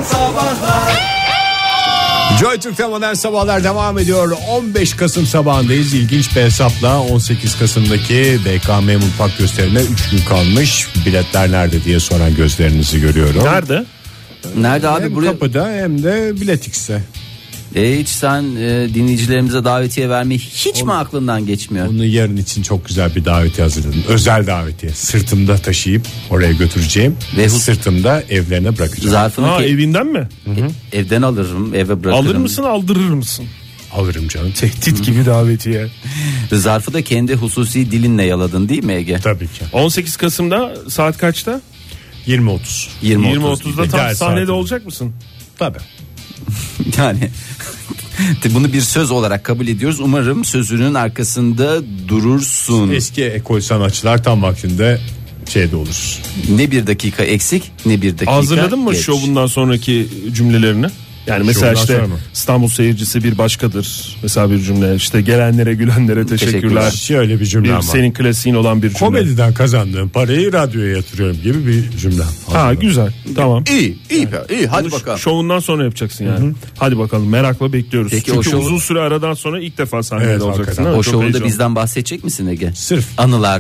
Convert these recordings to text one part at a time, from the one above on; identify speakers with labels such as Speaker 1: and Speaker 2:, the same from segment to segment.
Speaker 1: Sabahlar.
Speaker 2: Joy Türk'te Modern Sabahlar devam ediyor. 15 Kasım sabahındayız. İlginç bir hesapla 18 Kasım'daki BKM Mutfak gösterine 3 gün kalmış. Biletler nerede diye soran gözlerinizi görüyorum.
Speaker 3: Nerede abi?
Speaker 2: Hem
Speaker 3: Buraya...
Speaker 2: kapıda hem de Bilet X'te.
Speaker 3: Hiç sen dinleyicilerimize davetiye vermeyi hiç mi aklından geçmiyor?
Speaker 2: Onu yarın için çok güzel bir davetiye hazırladım. Özel davetiye. Sırtımda taşıyıp oraya götüreceğim. Ve sırtımda evlerine bırakacağım.
Speaker 3: Zarfını
Speaker 4: evinden mi?
Speaker 3: Evden alırım, eve bırakırım.
Speaker 4: Alır mısın, aldırır mısın?
Speaker 2: Alırım canım.
Speaker 4: Tehdit gibi davetiye.
Speaker 3: Zarfı da kendi hususi dilinle yaladın değil mi Ege?
Speaker 2: Tabii ki.
Speaker 4: 18 Kasım'da saat kaçta?
Speaker 2: 20.30.
Speaker 4: 20.30'da tam
Speaker 2: İdeal
Speaker 4: sahnede
Speaker 2: saati.
Speaker 4: olacak mısın?
Speaker 2: Tabii.
Speaker 3: Yani bunu bir söz olarak kabul ediyoruz. Umarım sözünün arkasında durursun.
Speaker 2: Eski ekol sanatçılar tam vaktinde şeyde olur.
Speaker 3: Ne bir dakika eksik, ne bir dakika
Speaker 4: Hazırladın mı
Speaker 3: geç.
Speaker 4: şovundan sonraki cümlelerini? Yani mesela
Speaker 2: Şovundan
Speaker 4: işte
Speaker 2: sonra mı?
Speaker 4: İstanbul seyircisi bir başkadır. Mesela bir cümle, işte gelenlere gülenlere teşekkürler.
Speaker 2: Şöyle bir cümle
Speaker 4: Bir
Speaker 2: ama.
Speaker 4: senin klasiğin olan bir cümle.
Speaker 2: Komediden kazandığım parayı radyoya yatırıyorum gibi bir cümle.
Speaker 4: Ha, güzel. Tamam.
Speaker 3: İyi hadi
Speaker 4: Bunu
Speaker 3: bakalım.
Speaker 4: şovundan sonra yapacaksın yani. Hadi bakalım, merakla bekliyoruz.
Speaker 3: Peki
Speaker 4: Çünkü
Speaker 3: o şov-
Speaker 4: uzun süre aradan sonra ilk defa sahnede
Speaker 2: Evet,
Speaker 4: olacaksın.
Speaker 2: hakikaten.
Speaker 4: Ha,
Speaker 3: O
Speaker 4: çok
Speaker 3: şovunda
Speaker 4: heyecanlı.
Speaker 3: bizden bahsedecek misin Ege?
Speaker 2: Sırf
Speaker 3: Anılar.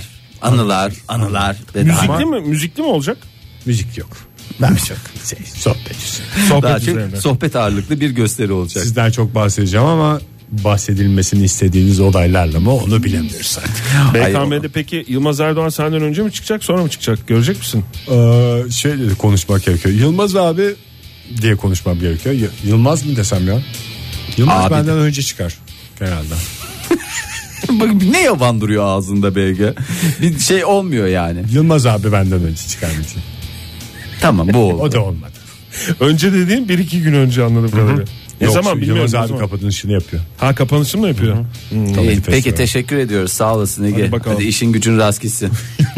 Speaker 3: Ve daha-
Speaker 4: Müzikli mi? Müzikli mi olacak?
Speaker 2: müzik yok. Ben çok sohbet.
Speaker 4: Sohbet
Speaker 3: Daha çok
Speaker 4: üzerine.
Speaker 3: sohbet ağırlıklı bir gösteri olacak.
Speaker 2: Sizden çok bahsedeceğim ama bahsedilmesini istediğiniz olaylarla mı onu bilemiyoruz artık.
Speaker 4: BKM'de peki Yılmaz Erdoğan senden önce mi çıkacak, sonra mı çıkacak? Görecek misin?
Speaker 2: Şöyle konuşmak gerekiyor. Yılmaz abi diye konuşmam gerekiyor. Yılmaz mı desem ya? Yılmaz
Speaker 3: Abi
Speaker 2: benden önce çıkar genelde.
Speaker 3: Bak ne yavan duruyor ağzında BG. Bir şey olmuyor yani.
Speaker 2: Yılmaz abi benden önce çıkar mı?
Speaker 3: Tamam bu oldu.
Speaker 2: O da olmadı.
Speaker 4: Önce dediğin 1-2 gün önce anladım kadarıyla. Ne
Speaker 2: Yok,
Speaker 4: zaman bilmiyorum.
Speaker 2: Yılmaz
Speaker 4: ne
Speaker 2: abi
Speaker 4: zaman.
Speaker 2: kapanışını yapıyor.
Speaker 4: Ha, kapanışını mı yapıyor?
Speaker 3: İyi, peki teşekkür ediyoruz. Sağ olasın Ege.
Speaker 4: Hadi bakalım.
Speaker 3: Hadi işin gücün rast gitsin.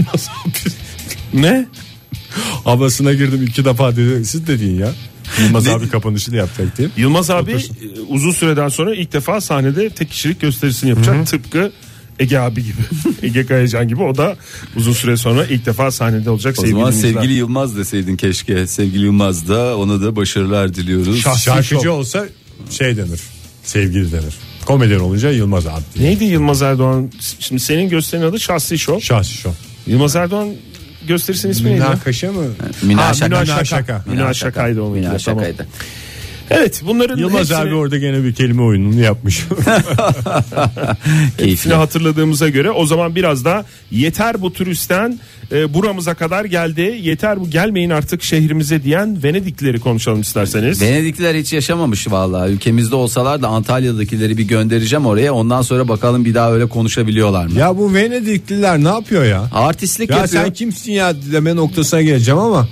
Speaker 4: Ne?
Speaker 2: Havasına girdim 2 defa dedi. Siz dediğin ya. Yılmaz abi kapanışını yapacak diye.
Speaker 4: Yılmaz abi uzun süreden sonra ilk defa sahnede tek kişilik gösterisini yapacak. Tıpkı Ege abi gibi. Ege Kayacan gibi, o da uzun süre sonra ilk defa sahnede olacak.
Speaker 3: O zaman sevgili Yılmaz deseydin keşke. Sevgili Yılmaz da, ona da başarılar diliyoruz.
Speaker 2: Şarkıcı olsa şey denir. Sevgili denir. Komedyen olunca Yılmaz abi diye.
Speaker 4: Neydi Yılmaz Erdoğan? Şimdi senin gösterinin adı Şahsi Show.
Speaker 2: Şahsi şov.
Speaker 4: Yılmaz Erdoğan gösterisinin ismi neydi?
Speaker 2: Münakaşa mı?
Speaker 3: Münakaşa.
Speaker 4: Münakaşa'ydı o.
Speaker 3: Münakaşa'ydı.
Speaker 4: Evet, bunların
Speaker 2: Yılmaz
Speaker 4: hepsini,
Speaker 2: abi orada gene bir kelime oyununu yapmış.
Speaker 4: hepsini
Speaker 3: Keyifli.
Speaker 4: hatırladığımıza göre o zaman biraz da yeter bu turistten buramıza kadar geldi. Yeter bu, gelmeyin artık şehrimize diyen Venediklileri konuşalım isterseniz.
Speaker 3: Venedikliler hiç yaşamamış vallahi. Ülkemizde olsalar da Antalya'dakileri bir göndereceğim oraya. Ondan sonra bakalım bir daha öyle konuşabiliyorlar mı?
Speaker 2: Ya bu Venedikliler ne yapıyor ya?
Speaker 3: Artistlik
Speaker 2: Ya
Speaker 3: yapıyor.
Speaker 2: sen kimsin ya deme noktasına geleceğim ama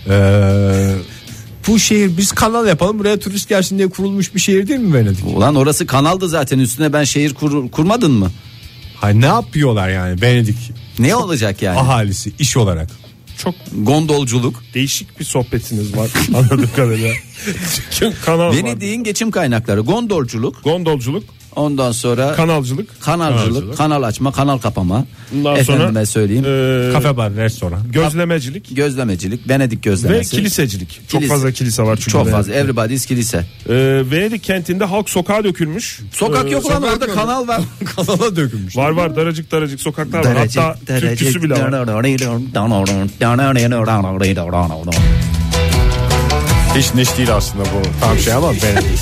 Speaker 2: bu şehir, biz kanal yapalım buraya turist gelsin diye kurulmuş bir şehir değil mi Venedik?
Speaker 3: Ulan orası kanaldı zaten, üstüne ben şehir kurmadın mı?
Speaker 2: Hayır, ne yapıyorlar yani Venedik
Speaker 3: Ne olacak yani?
Speaker 2: ahalisi iş olarak?
Speaker 4: Çok
Speaker 3: Gondolculuk.
Speaker 4: değişik bir sohbetiniz var anladığım kadarıyla. Çünkü kanal var.
Speaker 3: Venedik'in geçim kaynakları gondolculuk,
Speaker 4: Gondolculuk,
Speaker 3: ondan sonra
Speaker 4: kanalcılık,
Speaker 3: kanalcılık, kanal açma, kanal kapama.
Speaker 4: bundan
Speaker 3: Efendime
Speaker 4: sonra
Speaker 3: söyleyeyim.
Speaker 2: Kafe bar, restoran.
Speaker 4: gözlemecilik
Speaker 3: Gözlemecilik, Venedik
Speaker 4: ve
Speaker 3: gözlemesi.
Speaker 4: kilisecilik. Çok
Speaker 3: Kilise.
Speaker 4: fazla kilise var çünkü.
Speaker 3: Çok
Speaker 4: Venedik'te.
Speaker 3: fazla. Everybody's kilise.
Speaker 4: Venedik kentinde halk sokağa dökülmüş.
Speaker 3: Sokak yok lan,
Speaker 2: sokak
Speaker 3: orada
Speaker 2: yok.
Speaker 3: kanal var.
Speaker 2: Kanala dökülmüş.
Speaker 4: Var daracık sokaklar var. Hatta türküsü bile var.
Speaker 2: Hiç niş değil aslında bu. Tam şey ama Venedik.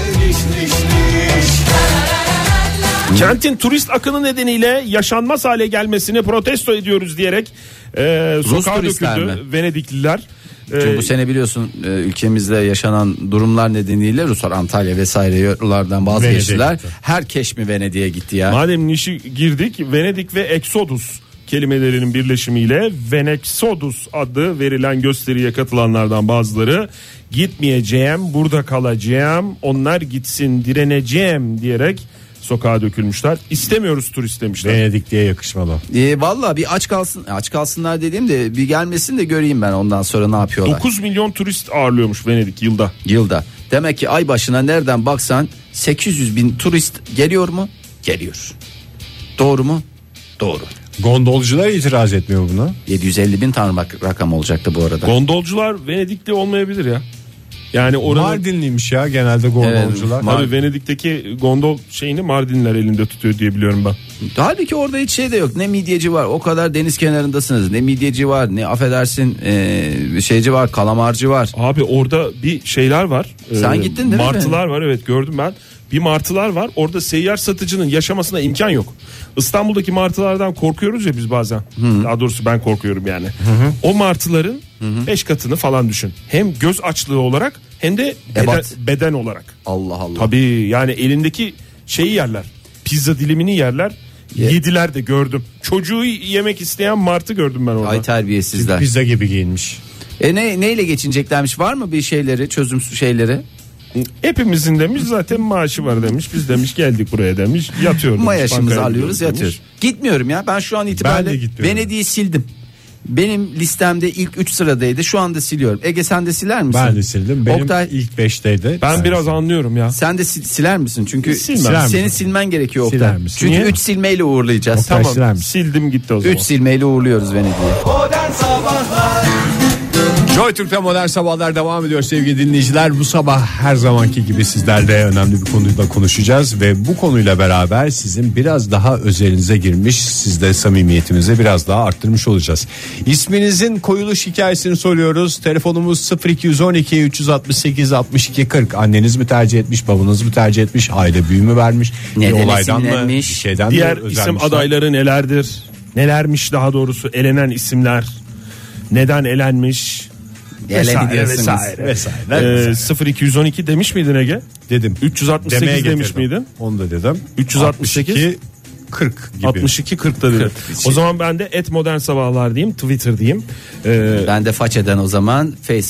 Speaker 4: Kentin turist akını nedeniyle yaşanmaz hale gelmesini protesto ediyoruz diyerek sokağa
Speaker 3: turistler
Speaker 4: döküldü
Speaker 3: mi?
Speaker 4: Venedikliler.
Speaker 3: Çünkü bu sene biliyorsun ülkemizde yaşanan durumlar nedeniyle Ruslar, Antalya vesaire yollardan vazgeçtiler.
Speaker 2: Venedik'e gitti.
Speaker 3: Herkes mi Venedik'e gitti ya?
Speaker 4: Madem nişi girdik, Venedik ve Exodus kelimelerinin birleşimiyle Venexodus adı verilen gösteriye katılanlardan bazıları gitmeyeceğim, burada kalacağım, onlar gitsin, direneceğim diyerek sokağa dökülmüşler. İstemiyoruz turist demişler.
Speaker 2: Venedik diye yakışmalı.
Speaker 3: Vallahi bir aç kalsınlar dediğimde bir gelmesin de göreyim ben ondan sonra ne yapıyorlar.
Speaker 4: 9 milyon turist ağırlıyormuş Venedik yılda.
Speaker 3: Yılda. Demek ki ay başına nereden baksan 800 bin turist geliyor mu? Geliyor. Doğru mu? Doğru.
Speaker 2: Gondolcular itiraz etmiyor buna.
Speaker 3: 750 bin tane rakam olacaktı bu arada.
Speaker 4: Gondolcular Venedikli olmayabilir ya. Yani oranın
Speaker 2: Mardinliymiş ya genelde gondolcular.
Speaker 4: tabii Venedik'teki gondol şeyini Mardinliler elinde tutuyor diye biliyorum ben.
Speaker 3: Halbuki orada hiç şey de yok. Ne midyeci var. O kadar deniz kenarındasınız. Ne midyeci var. Ne affedersin şeyci var. Kalamarcı var.
Speaker 4: Abi orada bir şeyler var.
Speaker 3: Sen gittin değil mi?
Speaker 4: Martılar var, evet gördüm ben. Bir martılar var. Orada seyyar satıcının yaşamasına imkan yok. İstanbul'daki martılardan korkuyoruz ya biz bazen. Daha doğrusu ben korkuyorum yani. O martıların 5 katını falan düşün. Hem göz açlığı olarak hem de beden olarak.
Speaker 3: Allah Allah.
Speaker 4: Tabii yani elindeki şeyi yerler. Pizza dilimini yerler. Yediler de gördüm. Çocuğu yemek isteyen martı gördüm ben orada.
Speaker 3: Ay terbiyesizler.
Speaker 2: Pizza gibi giyinmiş.
Speaker 3: Neyle geçineceklermiş? Var mı bir şeyleri, çözümsüz şeyleri?
Speaker 4: Hepimizin demiş zaten maaşı var demiş. Biz demiş geldik buraya demiş. Yatıyoruz.
Speaker 3: Maaşımızı alıyoruz, yatıyoruz. Gitmiyorum ya. Ben şu an itibariyle Venedik'i sildim. Benim listemde ilk 3 sıradaydı. Şu anda siliyorum. Ege sen de siler misin?
Speaker 2: Ben de sildim. Benim
Speaker 3: Oktay,
Speaker 2: ilk 5'teydi.
Speaker 4: Ben biraz anlıyorum ya.
Speaker 3: sen de siler misin? Çünkü
Speaker 2: Silmem.
Speaker 3: seni silmen gerekiyor Oktay.
Speaker 2: Siler misin?
Speaker 3: Çünkü
Speaker 4: Niye?
Speaker 3: 3 silmeyle uğurlayacağız.
Speaker 2: Oktay, siler
Speaker 4: Tamam
Speaker 2: misin?
Speaker 4: sildim gitti o zaman.
Speaker 3: 3 silmeyle uğurluyoruz Venedik'i.
Speaker 2: Joy Türk'te Modern Sabahlar devam ediyor sevgili dinleyiciler. Bu sabah her zamanki gibi sizlerle önemli bir konuda konuşacağız ve bu konuyla beraber sizin biraz daha özelinize girmiş, sizde samimiyetinizi biraz daha arttırmış olacağız. İsminizin koyuluş hikayesini soruyoruz. Telefonumuz 0212 368 62 40. Anneniz mi tercih etmiş, babanız mı tercih etmiş, aile büyüğü mü vermiş,
Speaker 3: Neden
Speaker 2: bir olaydan mı, bir
Speaker 3: esinlenmiş?
Speaker 2: şeyden
Speaker 4: Diğer
Speaker 2: mi
Speaker 4: isim
Speaker 2: özenmişler?
Speaker 4: adayları nelerdir? Nelermiş daha doğrusu elenen isimler? Neden elenmiş? Vesaire. 0212 demiş miydin Ege?
Speaker 2: Dedim.
Speaker 4: 368
Speaker 2: Demeye
Speaker 4: demiş
Speaker 2: getirdim.
Speaker 4: miydin?
Speaker 2: Onu da dedim.
Speaker 4: 368
Speaker 2: 62 40 gibi.
Speaker 4: 62 40'da dedim. O zaman ben de @modern sabahlar diyeyim, Twitter diyeyim.
Speaker 3: Ben de façeden o zaman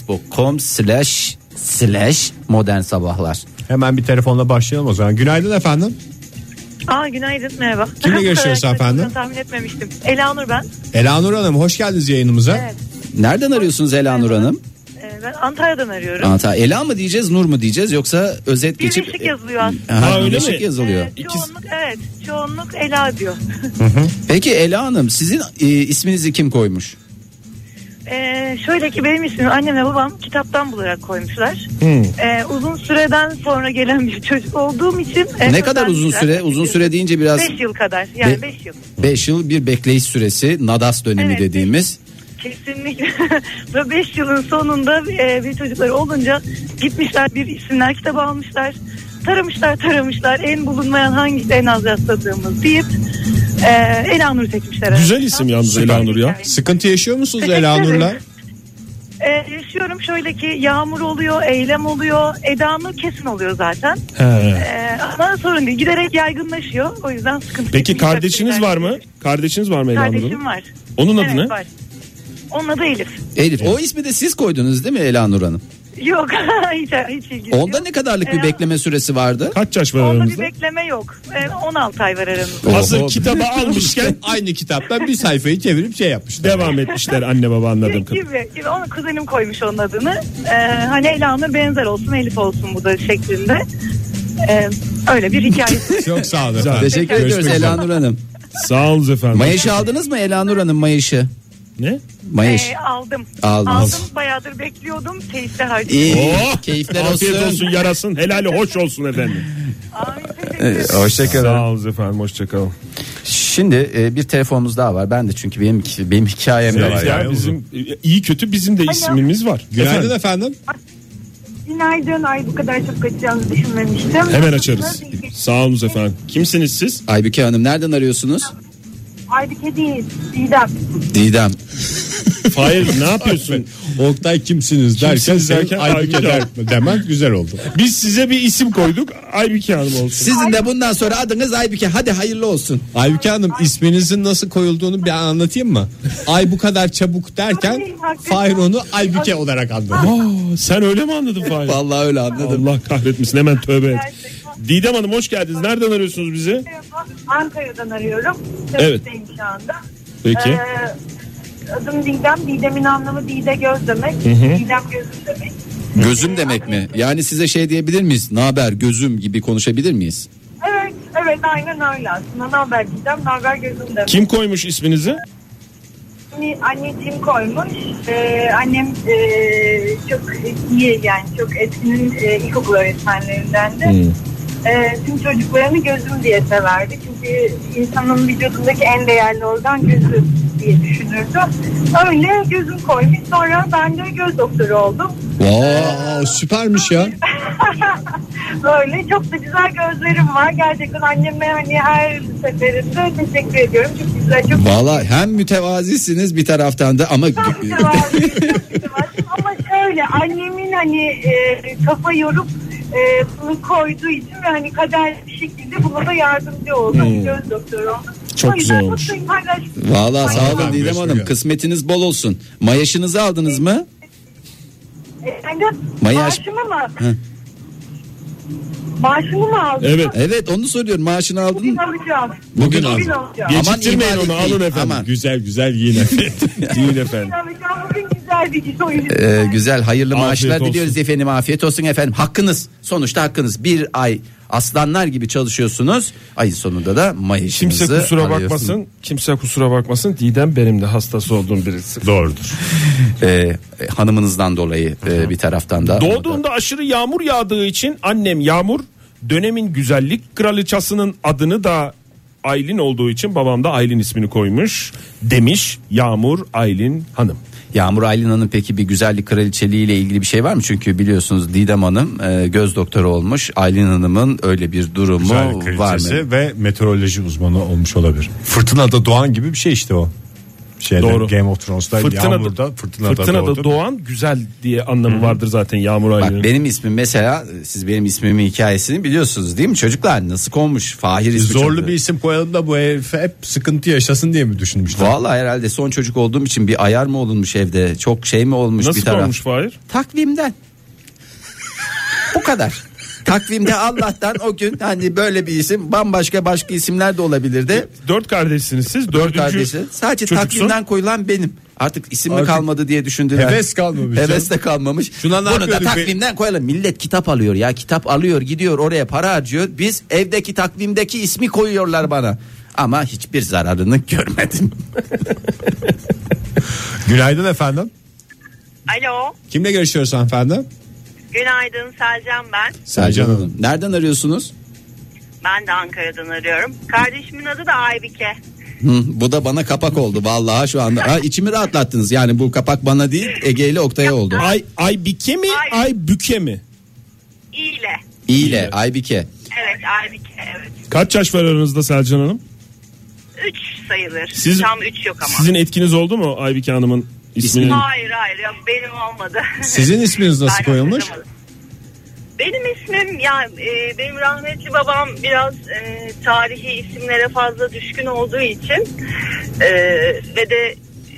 Speaker 3: facebook.com/modern sabahlar.
Speaker 2: Hemen bir telefonla başlayalım o zaman. Günaydın efendim.
Speaker 1: Günaydın, merhaba.
Speaker 2: Kimle görüşüyoruz efendim?
Speaker 1: Tahmin etmemiştim. Elanur ben.
Speaker 2: Elanur Hanım hoş geldiniz yayınımıza.
Speaker 1: Evet.
Speaker 3: Nereden arıyorsunuz Elanur Hanım?
Speaker 1: Ben Antalya'dan arıyorum.
Speaker 3: Ela mı diyeceğiz, Nur mu diyeceğiz, yoksa özet geçip...
Speaker 1: Birleşik yazılıyor aslında.
Speaker 4: öyle
Speaker 3: Birleşik
Speaker 4: mi?
Speaker 3: yazılıyor.
Speaker 1: Çoğunluk Ela diyor.
Speaker 3: Peki Ela Hanım, sizin isminizi kim koymuş?
Speaker 1: Şöyle ki benim ismimi annemle babam kitaptan bularak koymuşlar. Uzun süreden sonra gelen bir çocuk olduğum için.
Speaker 3: Ne kadar uzun süre? Uzun süre deyince biraz...
Speaker 1: 5 yıl kadar, yani 5 yıl.
Speaker 3: 5 yıl bir bekleyiş süresi, Nadas dönemi
Speaker 1: Evet,
Speaker 3: dediğimiz.
Speaker 1: Kesinlikle. Ve 5 yılın sonunda bir çocukları olunca gitmişler, bir isimler kitabı almışlar. Taramışlar en bulunmayan hangisi en az rastladığımız deyip Elanur'u seçmişler.
Speaker 4: Güzel isim yalnız Elanur ya.
Speaker 2: Sıkıntı yaşıyor musunuz Elanur'la?
Speaker 1: Yaşıyorum, şöyle ki Yağmur oluyor, Eylem oluyor, Edanur kesin oluyor zaten. Ama sorun değil, giderek yaygınlaşıyor, o yüzden sıkıntı.
Speaker 4: Peki kardeşiniz var mı? Kardeşiniz var mı Elanur'un?
Speaker 1: Kardeşim var.
Speaker 4: Onun adı
Speaker 1: Evet,
Speaker 4: ne?
Speaker 1: var. Onun adı Elif.
Speaker 3: Elif, o ismi de siz koydunuz değil mi Elanur Hanım?
Speaker 1: Yok hiç ilgisi
Speaker 3: Onda
Speaker 1: yok.
Speaker 3: ne kadarlık bir bekleme süresi vardı?
Speaker 4: Kaç yaş var
Speaker 1: Onda bir
Speaker 4: aranızda?
Speaker 1: bekleme yok. 16 ay var aramızda.
Speaker 4: Hazır kitabı almışken
Speaker 2: Aynı kitaptan bir sayfayı çevirip şey yapmışlar.
Speaker 4: devam etmişler anne baba anladım.
Speaker 1: gibi. Onu kuzenim koymuş onun adını. Hani Elanur benzer olsun, Elif olsun bu da şeklinde. Öyle bir hikayesi.
Speaker 2: Çok sağ olun efendim.
Speaker 3: Teşekkür ediyoruz
Speaker 2: Görüşmek üzere.
Speaker 3: Elanur Hanım.
Speaker 4: Sağ olun efendim.
Speaker 3: Mayışı aldınız mı Elanur Hanım, mayışı?
Speaker 4: Ne?
Speaker 3: Mayış.
Speaker 1: Aldım.
Speaker 3: Aldınız.
Speaker 1: Aldım, bayağıdır bekliyordum. Keyifle harcadım.
Speaker 3: İyi,
Speaker 4: Oh,
Speaker 3: keyifler
Speaker 4: afiyet
Speaker 3: olsun.
Speaker 4: olsun, yarasın, helali hoş olsun efendim.
Speaker 3: Hoşçakalın.
Speaker 4: Sağ olun efendim, hoşçakalın.
Speaker 3: Şimdi bir telefonumuz daha var. Ben de çünkü benim hikayem de var.
Speaker 4: Evet,
Speaker 3: Yani.
Speaker 4: ya bizim iyi kötü bizim de ismimiz var.
Speaker 2: Günaydın efendim.
Speaker 1: Günaydın. Ay bu kadar çok kaçacağınızı düşünmemiştim.
Speaker 4: Hemen açarız. Sağ olun efendim. Kimsiniz siz?
Speaker 3: Aybüke Hanım, nereden arıyorsunuz?
Speaker 1: Aybüke değil, Didem.
Speaker 3: Didem.
Speaker 4: Fahir ne yapıyorsun?
Speaker 2: Oktay kimsiniz derken,
Speaker 4: Kimsiniz
Speaker 2: senin
Speaker 4: derken
Speaker 2: Aybüke
Speaker 4: Aybüke.
Speaker 2: demen güzel oldu.
Speaker 4: Biz size bir isim koyduk. Aybüke Hanım olsun.
Speaker 3: Sizin de bundan sonra adınız Aybüke. Hadi hayırlı olsun.
Speaker 2: Aybüke Hanım isminizin nasıl koyulduğunu bir anlatayım mı? Ay bu kadar çabuk derken Fahir onu Aybüke olarak anladı.
Speaker 4: Sen öyle mi anladın Fahir?
Speaker 3: Vallahi öyle anladım.
Speaker 4: Allah kahretmesin, hemen tövbe et. Didem Hanım hoş geldiniz. Nereden arıyorsunuz bizi?
Speaker 1: Ankara'dan arıyorum.
Speaker 4: Evet.
Speaker 1: Şu anda.
Speaker 4: Peki.
Speaker 1: Adım Didem. Didem'in anlamı Dide göz demek. Didem gözüm demek.
Speaker 3: Gözüm demek mi? Yani size şey diyebilir miyiz? Naber gözüm gibi konuşabilir miyiz?
Speaker 1: Evet aynen öyle aslında. Naber Didem, naber gözüm demek.
Speaker 4: Kim koymuş isminizi?
Speaker 1: Anneciğim koymuş. Annem çok iyi, yani çok eskinin ilkokul öğretmenlerindendi. Tüm çocuklarını gözüm diye severdi. Çünkü insanın vücudundaki en değerli organ gözü diye düşünürdü. Öyle gözüm koymuş. Sonra ben de göz doktoru oldum.
Speaker 2: Süpermiş ya.
Speaker 1: Böyle çok da güzel gözlerim var. Gerçekten anneme hani her seferinde teşekkür ediyorum. Çok güzel, çok.
Speaker 3: Vallahi hem mütevazisiniz bir taraftan da ama
Speaker 1: Çok mütevazı, ama şöyle annemin hani kafa yorup bunu koyduğu için ve hani kader bir şekilde buna da yardımcı oldum. Göz doktoru oldum.
Speaker 4: Çok güzel olmuş.
Speaker 3: Vallahi sağ olun Didem Hanım. Kısmetiniz bol olsun. Mayaşınızı aldınız mı?
Speaker 1: Maaşımı mı? Maaşımı mı aldın?
Speaker 3: Evet onu soruyorum. Maaşını aldın
Speaker 1: Bugün
Speaker 3: mı?
Speaker 1: alacağım.
Speaker 3: Bugün
Speaker 1: alacağım.
Speaker 4: Geçirtmeyin onu, alın efendim.
Speaker 3: Aman.
Speaker 4: Güzel giyin efendim. Giyin efendim.
Speaker 1: Bugün güzel bir gün oyunu.
Speaker 3: Güzel hayırlı
Speaker 4: Afiyet
Speaker 3: maaşlar
Speaker 4: olsun.
Speaker 3: diliyoruz efendim. Afiyet olsun efendim. Hakkınız. Sonuçta hakkınız. Bir ay aslanlar gibi çalışıyorsunuz. Ayın sonunda da maaşınızı
Speaker 4: Kimse kusura
Speaker 3: alıyorsunuz.
Speaker 4: bakmasın. Kimse kusura bakmasın. Didem benim de hastası olduğum birisi.
Speaker 2: Doğrudur.
Speaker 3: Hanımınızdan dolayı bir taraftan da.
Speaker 4: Doğduğunda aşırı yağmur yağdığı için annem Yağmur, dönemin güzellik kraliçasının adını da Aylin olduğu için babam da Aylin ismini koymuş demiş Yağmur Aylin Hanım.
Speaker 3: Yağmur Aylin Hanım peki bir güzellik kraliçeliği ile ilgili bir şey var mı? Çünkü biliyorsunuz Didem Hanım göz doktoru olmuş. Aylin Hanım'ın öyle bir durumu
Speaker 2: Güzellik
Speaker 3: var mı?
Speaker 2: kraliçesi ve meteoroloji uzmanı olmuş olabilir. Fırtınada doğan gibi bir şey işte o.
Speaker 4: Doğru.
Speaker 2: Game of Thrones'ta yağmurda fırtınada
Speaker 4: doğan güzel diye anlamı vardır zaten Yağmur Aylin'in.
Speaker 3: Bak benim ismim mesela, siz benim ismimin hikayesini biliyorsunuz değil mi çocuklar? Nasıl konmuş? Fahir ismi.
Speaker 2: Zorlu bir isim koyalım da bu herif hep sıkıntı yaşasın diye mi düşünmüşler?
Speaker 3: Vallahi herhalde son çocuk olduğum için bir ayar mı olunmuş evde? Çok şey mi olmuş
Speaker 4: Nasıl
Speaker 3: bir taraf?
Speaker 4: olmuş Fahir?
Speaker 3: Takvimden. Bu kadar. Takvimde Allah'tan o gün hani böyle bir isim, başka isimler de olabilirdi.
Speaker 4: 4 kardeşsiniz siz.
Speaker 3: Dört kardeşi. Sadece
Speaker 4: çocuksun.
Speaker 3: takvimden koyulan benim. Artık isim mi
Speaker 2: Artık
Speaker 3: kalmadı diye düşündüler.
Speaker 2: heves kalmamış
Speaker 3: Heves de kalmamış.
Speaker 2: Şuna ne
Speaker 3: Bunu da
Speaker 2: yapıyorduk
Speaker 3: takvimden koyalım. Millet kitap alıyor ya. Kitap alıyor, gidiyor oraya para harcıyor. Biz evdeki takvimdeki ismi koyuyorlar bana. Ama hiçbir zararını görmedim.
Speaker 2: Günaydın efendim.
Speaker 1: Alo.
Speaker 2: Kimle görüşüyoruz hanımefendi?
Speaker 1: Günaydın, Selcan ben.
Speaker 3: Selcan Hanım. Nereden arıyorsunuz?
Speaker 1: Ben de Ankara'dan arıyorum. Kardeşimin adı da Aybike.
Speaker 3: Bu da bana kapak oldu vallahi şu anda. İçimi rahatlattınız. Yani bu kapak bana değil, Ege ile Oktay'a oldu.
Speaker 4: Aybike mi? Aybüke mi?
Speaker 1: İyle.
Speaker 3: Aybike.
Speaker 1: Evet, Aybike, evet.
Speaker 4: Kaç yaş var aranızda Selcan Hanım?
Speaker 1: 3 sayılır.
Speaker 4: Siz-
Speaker 1: Tam 3 yok ama.
Speaker 4: Sizin etkiniz oldu mu Aybike Hanım'ın isminin?
Speaker 1: Hayır yok, benim olmadı.
Speaker 2: Sizin isminiz nasıl
Speaker 1: Ben
Speaker 2: koyulmuş?
Speaker 1: hatırlamadım. Benim ismim benim rahmetli babam biraz tarihi isimlere fazla düşkün olduğu için ve de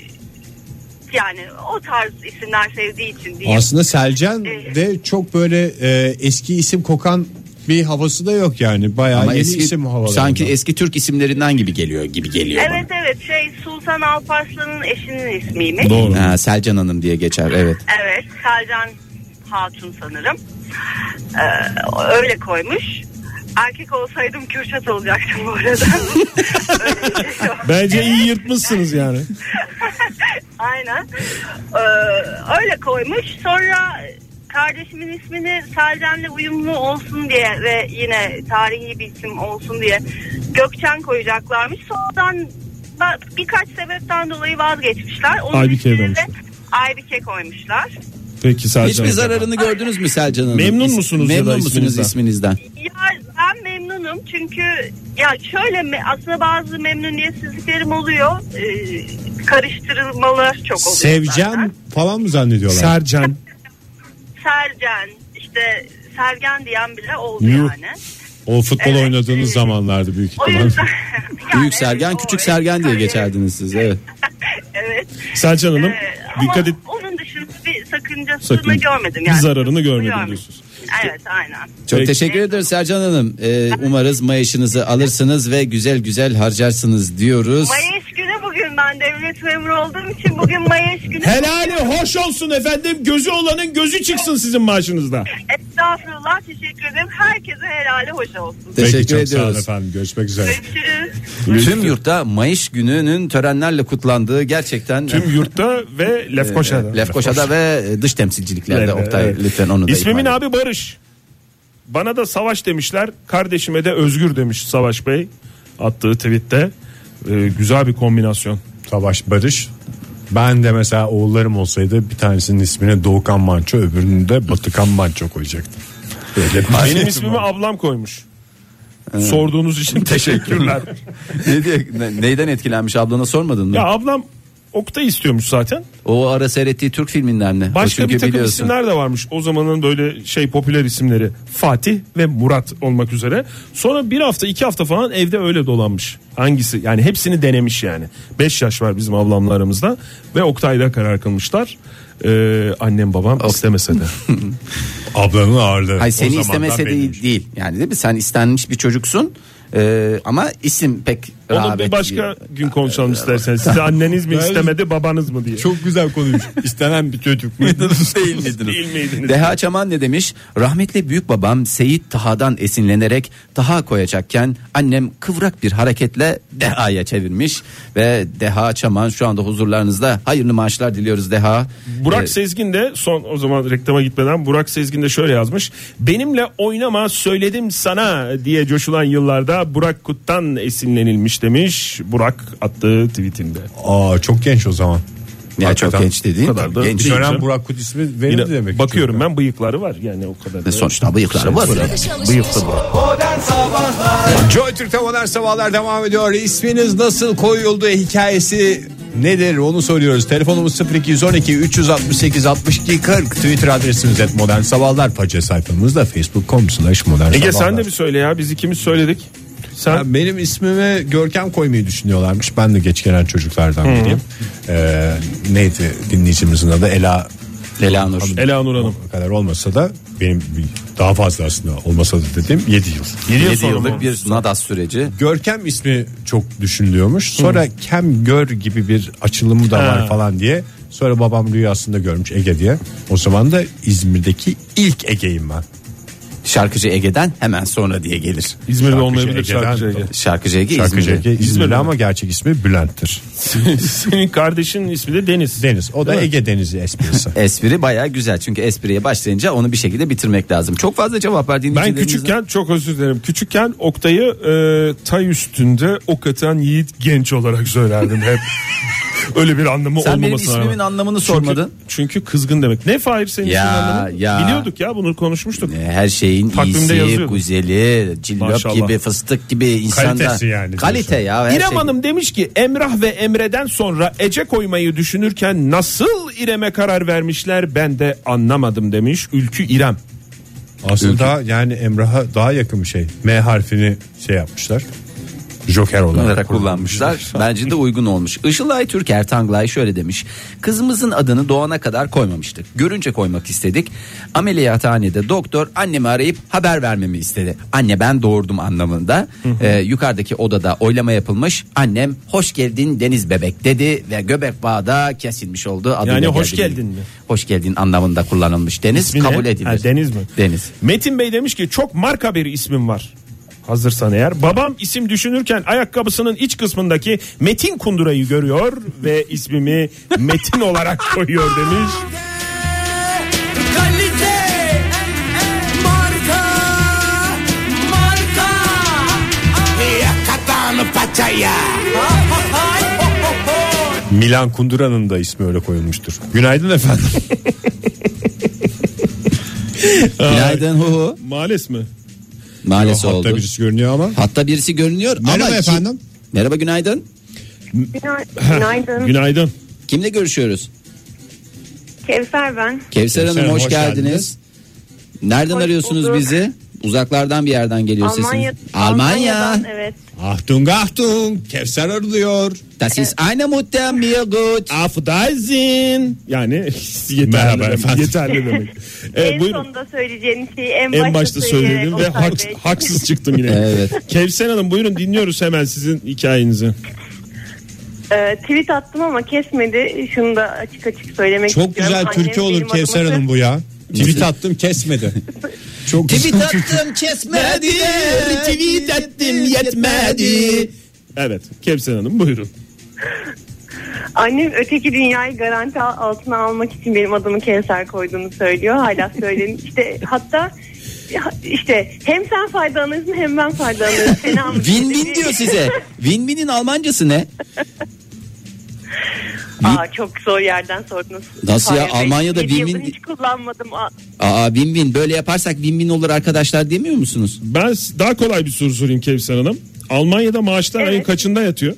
Speaker 1: yani o tarz isimler sevdiği için diyeyim.
Speaker 2: Aslında Selcan de çok böyle eski isim kokan bir havası da yok yani. Bayağı
Speaker 3: Ama
Speaker 2: yeni
Speaker 3: eski,
Speaker 2: isim havalarında.
Speaker 3: sanki eski Türk isimlerinden gibi geliyor bana.
Speaker 1: Evet Sultan Alparslan'ın eşinin ismiymiş.
Speaker 4: Doğru.
Speaker 3: Selcan Hanım diye geçer evet.
Speaker 1: Evet, Selcan Hatun sanırım. Öyle koymuş. Erkek olsaydım Kürşat olacaktım bu arada. Öyle bir şey yok.
Speaker 4: Bence iyi yırtmışsınız yani.
Speaker 1: Aynen. Öyle koymuş. Sonra kardeşimin ismini Selcan'la uyumlu olsun diye ve yine tarihi bir isim olsun diye Gökçen koyacaklarmış. Sonradan birkaç sebepten dolayı vazgeçmişler. Onun
Speaker 4: Aybike'ye
Speaker 1: ismini de
Speaker 4: dönmüşler.
Speaker 1: Aybike koymuşlar.
Speaker 4: Peki Selcan
Speaker 3: Hiçbir
Speaker 4: Hanım.
Speaker 3: zararını gördünüz mü Selcan Hanım?
Speaker 4: Memnun musunuz ya da
Speaker 3: Memnun musunuz isminizden?
Speaker 1: Ya ben memnunum çünkü ya şöyle aslında bazı memnuniyetsizliklerim oluyor. Karıştırılmalar çok oluyor.
Speaker 2: Sevcan
Speaker 1: zaten.
Speaker 2: falan mı zannediyorlar?
Speaker 4: Sercan.
Speaker 1: Sergen işte Sergen diyen bile oldu
Speaker 2: Yuh.
Speaker 1: yani.
Speaker 2: O futbol
Speaker 1: Evet,
Speaker 2: oynadığınız zamanlardı büyük
Speaker 1: O
Speaker 2: ihtimal.
Speaker 1: yüzden
Speaker 3: Büyük Sergen, küçük Sergen diye geçerdiniz siz. Evet.
Speaker 1: Evet.
Speaker 4: Selcan Hanım dikkat
Speaker 1: ama
Speaker 4: et.
Speaker 1: onun dışında bir sakıncasını görmedim yani.
Speaker 4: Bir zararını görmedim diyorsunuz.
Speaker 1: Evet aynen.
Speaker 3: Çok
Speaker 4: Peki.
Speaker 3: teşekkür ederiz Sercan Hanım. Umarız maaşınızı alırsınız ve güzel güzel harcarsınız diyoruz.
Speaker 1: Mayıs günü bugün
Speaker 5: ben devlet memuru olduğum için bugün Mayıs günü.
Speaker 4: Helali hoş olsun efendim. Gözü olanın gözü çıksın sizin maaşınızda.
Speaker 5: Estağfurullah, teşekkür ederim. Herkese helali hoş olsun.
Speaker 3: Teşekkür ediyoruz.
Speaker 2: Sağ olun efendim. Görüşmek üzere.
Speaker 5: Görüşürüz.
Speaker 3: Tüm yurtta Mayıs gününün törenlerle kutlandığı gerçekten.
Speaker 4: Tüm yurtta ve Lefkoşa'da.
Speaker 3: Lefkoşa'da ve dış temsilciliklerde.
Speaker 4: Evet,
Speaker 3: Oktay
Speaker 4: evet.
Speaker 3: lütfen onu da
Speaker 4: İsmimin
Speaker 3: ihmal
Speaker 4: abi Barış. Bana da Savaş demişler. Kardeşime de Özgür demiş Savaş Bey. Attığı tweette. Güzel bir kombinasyon.
Speaker 2: Savaş Barış. Ben de mesela oğullarım olsaydı bir tanesinin ismine Doğukan Manço, öbürünün de Batıkan Manço koyacaktım.
Speaker 4: Benim ismimi ablam koymuş. Sorduğunuz için teşekkürler.
Speaker 3: Neyden etkilenmiş, ablana sormadın mı?
Speaker 4: Ya ablam Oktay istiyormuş zaten.
Speaker 3: O ara seyrettiği Türk filminden mi?
Speaker 4: Başka bir takım isimler de varmış. O zamanın böyle popüler isimleri. Fatih ve Murat olmak üzere. Sonra bir hafta 2 hafta falan evde öyle dolanmış. Hangisi? Yani hepsini denemiş yani. 5 yaş var bizim ablamla aramızda. Ve Oktay'da karar kılmışlar. Annem babam istemese de.
Speaker 2: Ablanın ağırlığı.
Speaker 3: Hayır, seni istemese değil. Yani değil mi? Sen istenmiş bir çocuksun. Ama isim pek
Speaker 4: onu bir başka gün konuşalım isterseniz. Size anneniz mi istemedi, babanız mı diye.
Speaker 2: Çok güzel konuymuş. İstenen bir çocuk mu?
Speaker 3: Değil miydiniz? Deha Çaman ne demiş? Rahmetli büyük babam Seyit Taha'dan esinlenerek Taha koyacakken annem kıvrak bir hareketle Deha'ya çevirmiş ve Deha Çaman şu anda huzurlarınızda. Hayırlı maaşlar diliyoruz Deha.
Speaker 4: Burak Sezgin de o zaman reklama gitmeden Burak Sezgin de şöyle yazmış. Benimle oynama söyledim sana diye coşulan yıllarda Burak Kut'tan esinlenilmiş demiş Burak attığı tweetinde.
Speaker 2: Çok genç o zaman.
Speaker 3: Ya çok genç dediğim.
Speaker 2: Genç dönem Burak Kut ismi verildi demek.
Speaker 4: Bakıyorum ben, bıyıkları var yani o kadar.
Speaker 3: Sonuçta bıyıkları var.
Speaker 4: Bıyıklı bu.
Speaker 2: Joy Türk'te Modern Sabahlar devam ediyor. İsminiz nasıl koyuldu, hikayesi nedir onu soruyoruz. Telefonumuz 0212 368 62 40. Twitter adresimiz @Modern Sabahlar. Faça sayfamızda facebook.com/modern.
Speaker 4: Ege sen de bir söyle ya, biz ikimiz söyledik.
Speaker 2: Sen... Benim ismime Görkem koymayı düşünüyorlarmış. Ben de geç gelen çocuklardan biriyim. Neydi dinleyicimizin adı?
Speaker 3: Elanur
Speaker 2: Hanım. O kadar olmasa da benim daha fazla aslında olmasa da dediğim 7 yıl.
Speaker 3: 7 yıllık bir nadas süreci.
Speaker 2: Görkem ismi çok düşünülüyormuş. Sonra Kem Gör gibi bir açılımı da var falan diye. Sonra babam rüyasında görmüş Ege diye. O zaman da İzmir'deki ilk Ege'yim ben.
Speaker 3: Şarkıcı Ege'den hemen sonra diye gelir.
Speaker 4: İzmir'de olmayabilir Şarkıcı Ege.
Speaker 3: Şarkıcı Ege
Speaker 2: İzmir'de ama gerçek ismi Bülent'tir.
Speaker 4: Senin kardeşinin ismi de Deniz.
Speaker 2: O da Ege Denizi esprisi.
Speaker 3: Espri bayağı güzel çünkü espriye başlayınca onu bir şekilde bitirmek lazım. Çok fazla cevap var dinleyicilerimizden.
Speaker 4: Ben küçükken çok özür dilerim. Küçükken Oktay'ı tay üstünde ok atan yiğit genç olarak söylerdim hep. Öyle bir anlamı
Speaker 3: sen
Speaker 4: olmamasına.
Speaker 3: Sen benim ismimin anlamını sormadın.
Speaker 4: Çünkü kızgın demek. Ne Fahir senin isminin anlamı? Biliyorduk ya, bunu konuşmuştuk.
Speaker 3: Her şeyin iyisi, güzeli, cillop gibi, fıstık gibi insanda.
Speaker 2: Kalitesi yani.
Speaker 3: Kalite ya.
Speaker 4: İrem Hanım demiş ki Emrah ve Emre'den sonra Ece koymayı düşünürken nasıl İrem'e karar vermişler ben de anlamadım demiş Ülkü İrem.
Speaker 2: Aslında yani Emrah'a daha yakın bir şey. M harfini yapmışlar. Joker olarak
Speaker 3: kullanmışlar. Bence de uygun olmuş. Işılay Türker Tanglay şöyle demiş. Kızımızın adını doğana kadar koymamıştık. Görünce koymak istedik. Ameliyathanede doktor annemi arayıp haber vermemi istedi. Anne ben doğurdum anlamında. Yukarıdaki odada oylama yapılmış. Annem hoş geldin Deniz bebek dedi ve göbek bağı da kesilmiş oldu.
Speaker 4: Yani hoş geldin mi?
Speaker 3: Hoş geldin anlamında kullanılmış. Deniz
Speaker 4: İsmi
Speaker 3: kabul
Speaker 4: ne?
Speaker 3: edilir.
Speaker 4: Deniz mi?
Speaker 3: Deniz.
Speaker 4: Metin Bey demiş ki çok marka bir ismim var. Hazırsan eğer. Babam isim düşünürken ayakkabısının iç kısmındaki Metin Kundura'yı görüyor ve ismimi Metin olarak koyuyor demiş.
Speaker 6: Kalite, marka, yakatan paçaya.
Speaker 2: Milan Kundura'nın da ismi öyle koyulmuştur. Günaydın efendim.
Speaker 3: Günaydın hu.
Speaker 4: Maalesef mi?
Speaker 3: Maalesef
Speaker 2: Yo,
Speaker 3: oldu.
Speaker 2: Hatta birisi görünüyor ama.
Speaker 3: Hatta birisi görünüyor.
Speaker 2: Merhaba
Speaker 3: ama
Speaker 2: efendim.
Speaker 3: Merhaba günaydın.
Speaker 5: Günaydın.
Speaker 4: Günaydın.
Speaker 3: Kimle görüşüyoruz?
Speaker 5: Kevser ben.
Speaker 3: Kevser Hanım hoş geldiniz. Nereden
Speaker 5: Hoş
Speaker 3: arıyorsunuz
Speaker 5: bulduk.
Speaker 3: bizi? Uzaklardan bir yerden geliyor sesiniz. Almanya.
Speaker 5: Evet.
Speaker 2: Achtung Achtung Kevser arılıyor.
Speaker 3: Das ist eine Mutter mir gut.
Speaker 4: Affedersin. Yani yeterli
Speaker 2: Merhaba
Speaker 4: demek.
Speaker 2: efendim.
Speaker 4: Yeterli demek.
Speaker 5: En
Speaker 4: Buyurun.
Speaker 5: sonunda söyleyeceğim şeyi
Speaker 4: En başta söyledim ve
Speaker 5: Oktay Bey.
Speaker 4: haksız çıktım yine.
Speaker 3: Evet.
Speaker 4: Kevser Hanım buyurun dinliyoruz hemen sizin hikayenizi.
Speaker 1: Tweet attım ama kesmedi. Şunu da açık açık söylemek
Speaker 2: Çok
Speaker 1: istiyorum.
Speaker 2: güzel türkü
Speaker 1: Annem
Speaker 2: olur
Speaker 1: benim
Speaker 2: Kevser
Speaker 1: adımı-
Speaker 2: Hanım bu ya. Tweet attım kesmedi. Çok
Speaker 3: Tweet
Speaker 2: güzel.
Speaker 3: attım kesmedi. Tweet ettim yetmedi.
Speaker 4: Evet, Kevser Hanım buyurun.
Speaker 1: Annem öteki dünyayı garanti altına almak için benim adımı Kevser koyduğunu söylüyor. Hala söyleyin. İşte hatta işte hem sen faydalanırsın hem ben faydalanırım.
Speaker 3: Win-win diyor size. Win-win'in Almancası ne?
Speaker 1: Çok zor yerden sordunuz.
Speaker 3: Nasıl ya?
Speaker 1: Hayır,
Speaker 3: Almanya'da
Speaker 1: 7 yıldır
Speaker 3: win-win-
Speaker 1: hiç kullanmadım.
Speaker 3: Win-win böyle yaparsak win-win olur arkadaşlar demiyor musunuz?
Speaker 4: Ben daha kolay bir soru sorayım Kevser Hanım. Almanya'da maaşlar
Speaker 1: Evet.
Speaker 4: ayın kaçında yatıyor?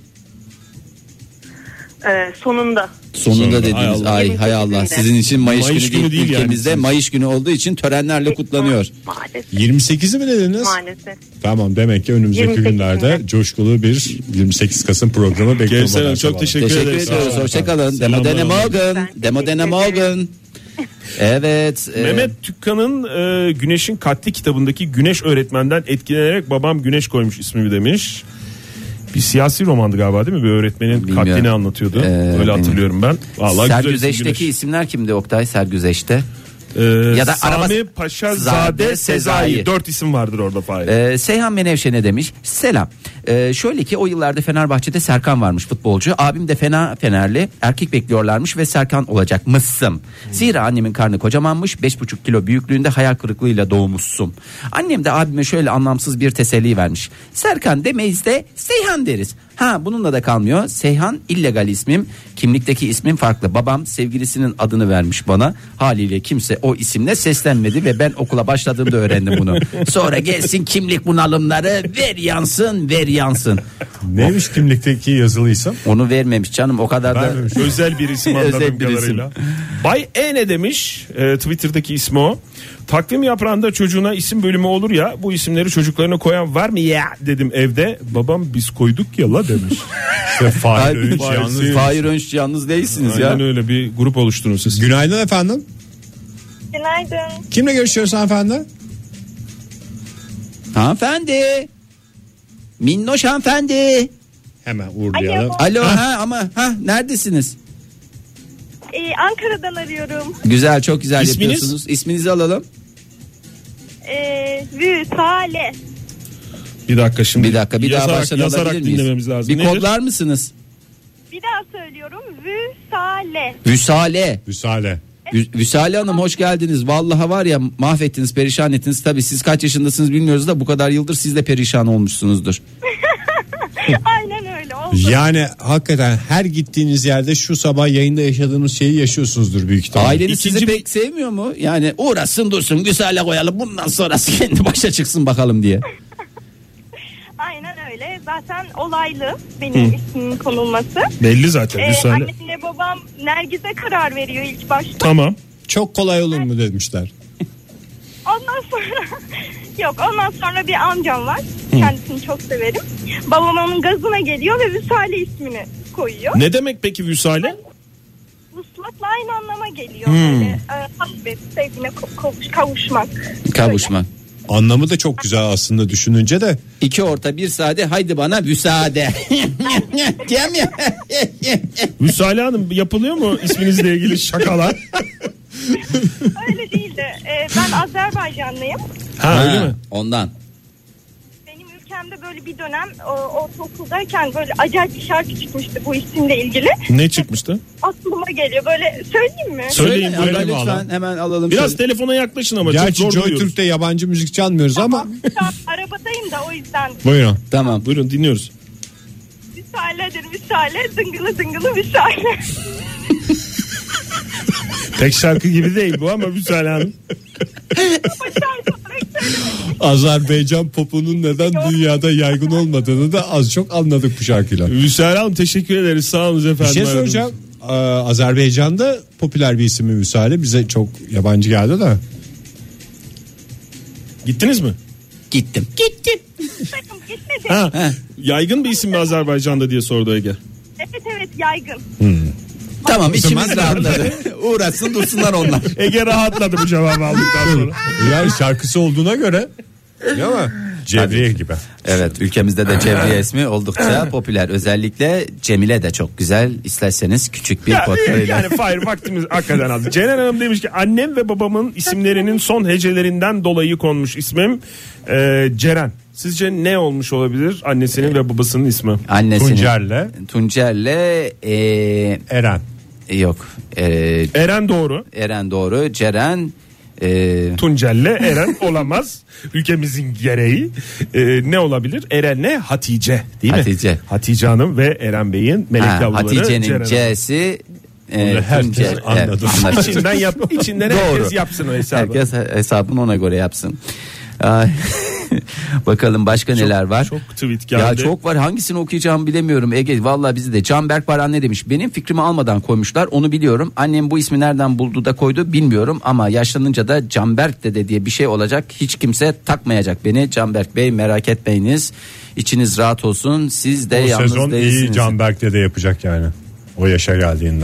Speaker 1: Sonunda.
Speaker 3: Sonunda dediniz.
Speaker 4: Hay Allah.
Speaker 3: Ay hay Allah. Sizin için Mayıs
Speaker 4: Mayıs
Speaker 3: günü
Speaker 4: günü
Speaker 3: değil,
Speaker 4: değil yani.
Speaker 3: ülkemizde Mayıs günü olduğu için törenlerle kutlanıyor.
Speaker 1: Maalesef.
Speaker 2: 28'i mi dediniz?
Speaker 1: Maalesef.
Speaker 2: Tamam, demek ki önümüzdeki
Speaker 1: 28'inde.
Speaker 2: günlerde coşkulu bir 28 Kasım programı bekliyorum.
Speaker 4: Kevser Hanım çok teşekkür
Speaker 3: Teşekkür
Speaker 4: ederiz.
Speaker 3: ediyoruz.
Speaker 4: Sağ olun.
Speaker 3: Hoşçakalın.
Speaker 4: Selamlar.
Speaker 3: Demo Morgan.
Speaker 1: Ben
Speaker 3: Demo
Speaker 1: teşekkür
Speaker 3: Morgan. Evet.
Speaker 4: Mehmet Tükkan'ın Güneş'in Katli kitabındaki Güneş öğretmenden etkilenerek babam Güneş koymuş ismimi demiş. Bir siyasi romandı galiba değil mi? Bir öğretmenin
Speaker 3: Bilmiyorum.
Speaker 4: katlini anlatıyordu. Öyle hatırlıyorum ben. Vallahi güzel isim
Speaker 3: Sergüzeş'teki
Speaker 4: Güneş.
Speaker 3: isimler kimdi Oktay? Sergüzeş'te.
Speaker 4: Ya
Speaker 3: da
Speaker 4: Sami
Speaker 3: araba-
Speaker 4: Paşa
Speaker 3: Zade
Speaker 4: Zade
Speaker 3: Sezai.
Speaker 4: Sezai. 4 isim vardır orada Fahir.
Speaker 3: Seyhan Menevşe ne demiş? Selam. Şöyle ki o yıllarda Fenerbahçe'de Serkan varmış futbolcu. Abim de Fenerli. Erkek bekliyorlarmış ve Serkan olacakmışsın. Zira annemin karnı kocamanmış. 5,5 kilo büyüklüğünde hayal kırıklığıyla doğmuşsun. Annem de abime şöyle anlamsız bir teselli vermiş. Serkan demeyiz de Seyhan deriz. Bununla da kalmıyor. Seyhan illegal ismim. Kimlikteki ismim farklı. Babam sevgilisinin adını vermiş bana. Haliyle kimse o isimle seslenmedi ve ben okula başladığımda öğrendim bunu. Sonra gelsin kimlik bunalımları, ver yansın, ver yansın.
Speaker 2: Neymiş kimlikteki yazılıysa?
Speaker 3: Onu vermemiş canım, o kadar da.
Speaker 2: Vermemiş.
Speaker 4: Özel bir isim
Speaker 3: Özel
Speaker 4: anladığım
Speaker 3: bir isim.
Speaker 4: kadarıyla. Bay E ne demiş? Twitter'daki ismi o. Takvim yaprağında çocuğuna isim bölümü olur ya, bu isimleri çocuklarına koyan var mı ya dedim evde. Babam biz koyduk ya la demiş.
Speaker 2: İşte Fahir Öğünç
Speaker 3: Hayır,
Speaker 2: yalnız.
Speaker 3: Fahir Önç yalnız değilsiniz
Speaker 4: Aynen
Speaker 3: ya.
Speaker 4: öyle bir grup oluşturun siz.
Speaker 2: Günaydın efendim.
Speaker 5: Günaydın.
Speaker 2: Kimle görüşüyoruz hanımefendi?
Speaker 3: Hanımefendi. Minnoş hanımefendi.
Speaker 2: Hemen uğurlayalım.
Speaker 3: Alo neredesiniz?
Speaker 5: Ankara'dan arıyorum.
Speaker 3: Güzel, çok güzel
Speaker 4: İsminiz?
Speaker 3: yapıyorsunuz. İsminizi alalım.
Speaker 5: Vüsale.
Speaker 4: Bir dakika şimdi.
Speaker 3: Bir dakika, bir daha baştan
Speaker 4: yazarak
Speaker 3: alabilir miyiz?
Speaker 4: dinlememiz lazım.
Speaker 3: Bir
Speaker 4: Nedir?
Speaker 3: kodlar mısınız?
Speaker 5: Bir daha söylüyorum. Vüsale.
Speaker 3: Vüsale.
Speaker 2: Müsaade.
Speaker 3: Vüsale Hanım hoş geldiniz. Vallahi var ya, mahvettiniz, perişan ettiniz. Tabii siz kaç yaşındasınız bilmiyoruz da bu kadar yıldır siz de perişan olmuşsunuzdur.
Speaker 5: Aynen öyle oldu.
Speaker 2: Yani hakikaten her gittiğiniz yerde şu sabah yayında yaşadığınız şeyi yaşıyorsunuzdur büyük ihtimalle.
Speaker 3: Aileniz
Speaker 4: İkinci
Speaker 3: sizi
Speaker 4: bir-
Speaker 3: pek sevmiyor mu? Yani uğraşsın dursun, Vüsale koyalım, bundan sonrası kendi başa çıksın bakalım diye.
Speaker 5: Aynen öyle. Zaten olaylı benim ismimin konulması.
Speaker 4: Belli zaten. Müsaade.
Speaker 5: Annemle babam Nergiz'e karar veriyor ilk başta.
Speaker 4: Tamam.
Speaker 2: Çok kolay olur mu demişler.
Speaker 5: Ondan sonra ondan sonra bir amcam var. Kendisini çok severim. Babam onun gazına geliyor ve Vüsale ismini koyuyor.
Speaker 4: Ne demek peki Vüsale?
Speaker 5: Vuslatla aynı anlama geliyor. Böyle hasbet, sevgine kavuşmak.
Speaker 3: Kavuşmak.
Speaker 2: Anlamı da çok güzel aslında düşününce de.
Speaker 3: İki orta bir sade, haydi bana müsaade. Değil mi?
Speaker 4: Vüsale Hanım yapılıyor mu isminizle ilgili şakalar?
Speaker 5: Öyle değil de ben Azerbaycanlıyım.
Speaker 4: Öyle mi?
Speaker 3: Ondan.
Speaker 5: Benim ülkemde böyle bir dönem ortaokuldayken böyle acayip bir şarkı çıkmıştı bu isimle ilgili.
Speaker 4: Ne çıkmıştı?
Speaker 5: Aklıma geliyor, böyle söyleyeyim mi?
Speaker 4: Söyleyin,
Speaker 3: Söyle,
Speaker 4: buyurun.
Speaker 3: lütfen hemen alalım.
Speaker 4: Biraz
Speaker 3: Şöyle.
Speaker 4: telefona yaklaşın ama
Speaker 2: Gerçi
Speaker 4: çok zor
Speaker 2: Joy
Speaker 4: duyuyoruz.
Speaker 2: Türk'te yabancı müzik çalmıyoruz ama.
Speaker 5: Şu an arabadayım da o yüzden.
Speaker 2: Buyurun.
Speaker 3: Tamam.
Speaker 4: Buyurun dinliyoruz.
Speaker 5: Vüsaledir Vüsale, dıngılı dıngılı Vüsale.
Speaker 4: Pek şarkı gibi değil bu ama Vüsale Hanım.
Speaker 2: Azerbaycan popunun neden dünyada yaygın olmadığını da az çok anladık bu şarkıyla.
Speaker 4: Vüsale Hanım teşekkür ederiz. Sağ olun efendim.
Speaker 2: Bir şey soracağım. Azerbaycan'da popüler bir isim mi Vüsale? Bize çok yabancı geldi de.
Speaker 4: Gittiniz mi?
Speaker 3: Gittim.
Speaker 5: Sakın gitmedi.
Speaker 4: Ha, yaygın bir isim mi Azerbaycan'da diye sordu Ege.
Speaker 5: Evet yaygın.
Speaker 3: Tamam,
Speaker 2: O zaman-
Speaker 3: içimiz rahatladı. Uğraşsın dursunlar onlar.
Speaker 4: Ege rahatladı bu cevabı aldıktan sonra.
Speaker 2: Yani şarkısı olduğuna göre. Değil mi? Cevriye gibi.
Speaker 3: Evet, ülkemizde de Cevriye ismi oldukça popüler. Özellikle Cemile de çok güzel. İsterseniz küçük bir portföyle.
Speaker 4: Yani Fahir vaktimiz hakikaten az. Ceren Hanım demiş ki annem ve babamın isimlerinin son hecelerinden dolayı konmuş ismim Ceren. Sizce ne olmuş olabilir annesinin ve babasının ismi?
Speaker 3: Annesinin Tuncer'le
Speaker 2: Eren.
Speaker 3: Yok.
Speaker 4: Eren doğru.
Speaker 3: Eren doğru. Ceren
Speaker 4: Tuncel'le Eren olamaz. Ülkemizin gereği. Ne olabilir? Eren'le Hatice değil mi?
Speaker 3: Hatice.
Speaker 4: Hatice Hanım ve Eren Bey'in melek yavruları.
Speaker 3: Hatice'nin C'si
Speaker 2: herkes anladı.
Speaker 4: İçinden herkes yapsın o hesabı.
Speaker 3: Herkes hesabını ona göre yapsın. Bakalım başka neler var.
Speaker 4: Çok tweet geldi.
Speaker 3: Ya çok var, hangisini okuyacağımı bilemiyorum Ege. Vallahi bizi de Canberk Baran ne demiş? Benim fikrimi almadan koymuşlar, onu biliyorum. Annem bu ismi nereden buldu da koydu bilmiyorum ama yaşlanınca da Canberk dede diye bir şey olacak. Hiç kimse takmayacak beni. Canberk Bey merak etmeyiniz. İçiniz rahat olsun. Siz de
Speaker 2: o
Speaker 3: yalnız
Speaker 2: sezon
Speaker 3: değilsiniz.
Speaker 2: iyi Canberk dede yapacak yani. O yaşa geldiğinde.